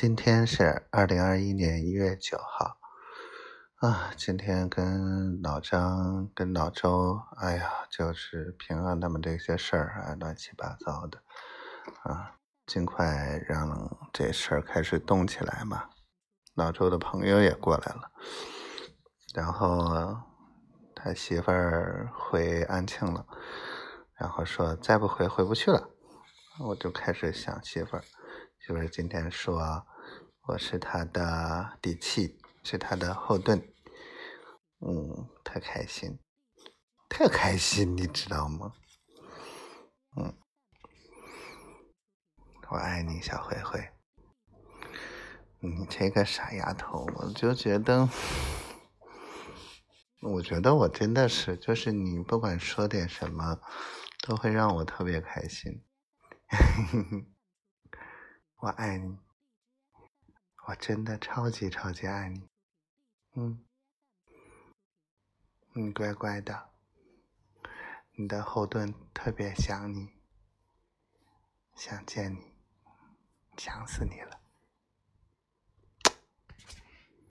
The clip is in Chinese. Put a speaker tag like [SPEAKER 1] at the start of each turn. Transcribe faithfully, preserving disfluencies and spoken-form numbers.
[SPEAKER 1] 今天是二零二一年一月九号啊，今天跟老张跟老周，哎呀，就是评了那么这些事儿啊，乱七八糟的啊，尽快让这事儿开始动起来嘛。老周的朋友也过来了，然后他媳妇儿回安庆了，然后说再不回回不去了。我就开始想媳妇儿，媳妇儿今天说我是他的底气，是他的后盾，嗯，特开心，特开心，你知道吗？嗯，我爱你，小灰灰。你这个傻丫头，我就觉得，我觉得我真的是，就是你不管说点什么，都会让我特别开心。我爱你，我真的超级超级爱你。嗯，你乖乖的，你的后盾特别想你，想见你，想死你了。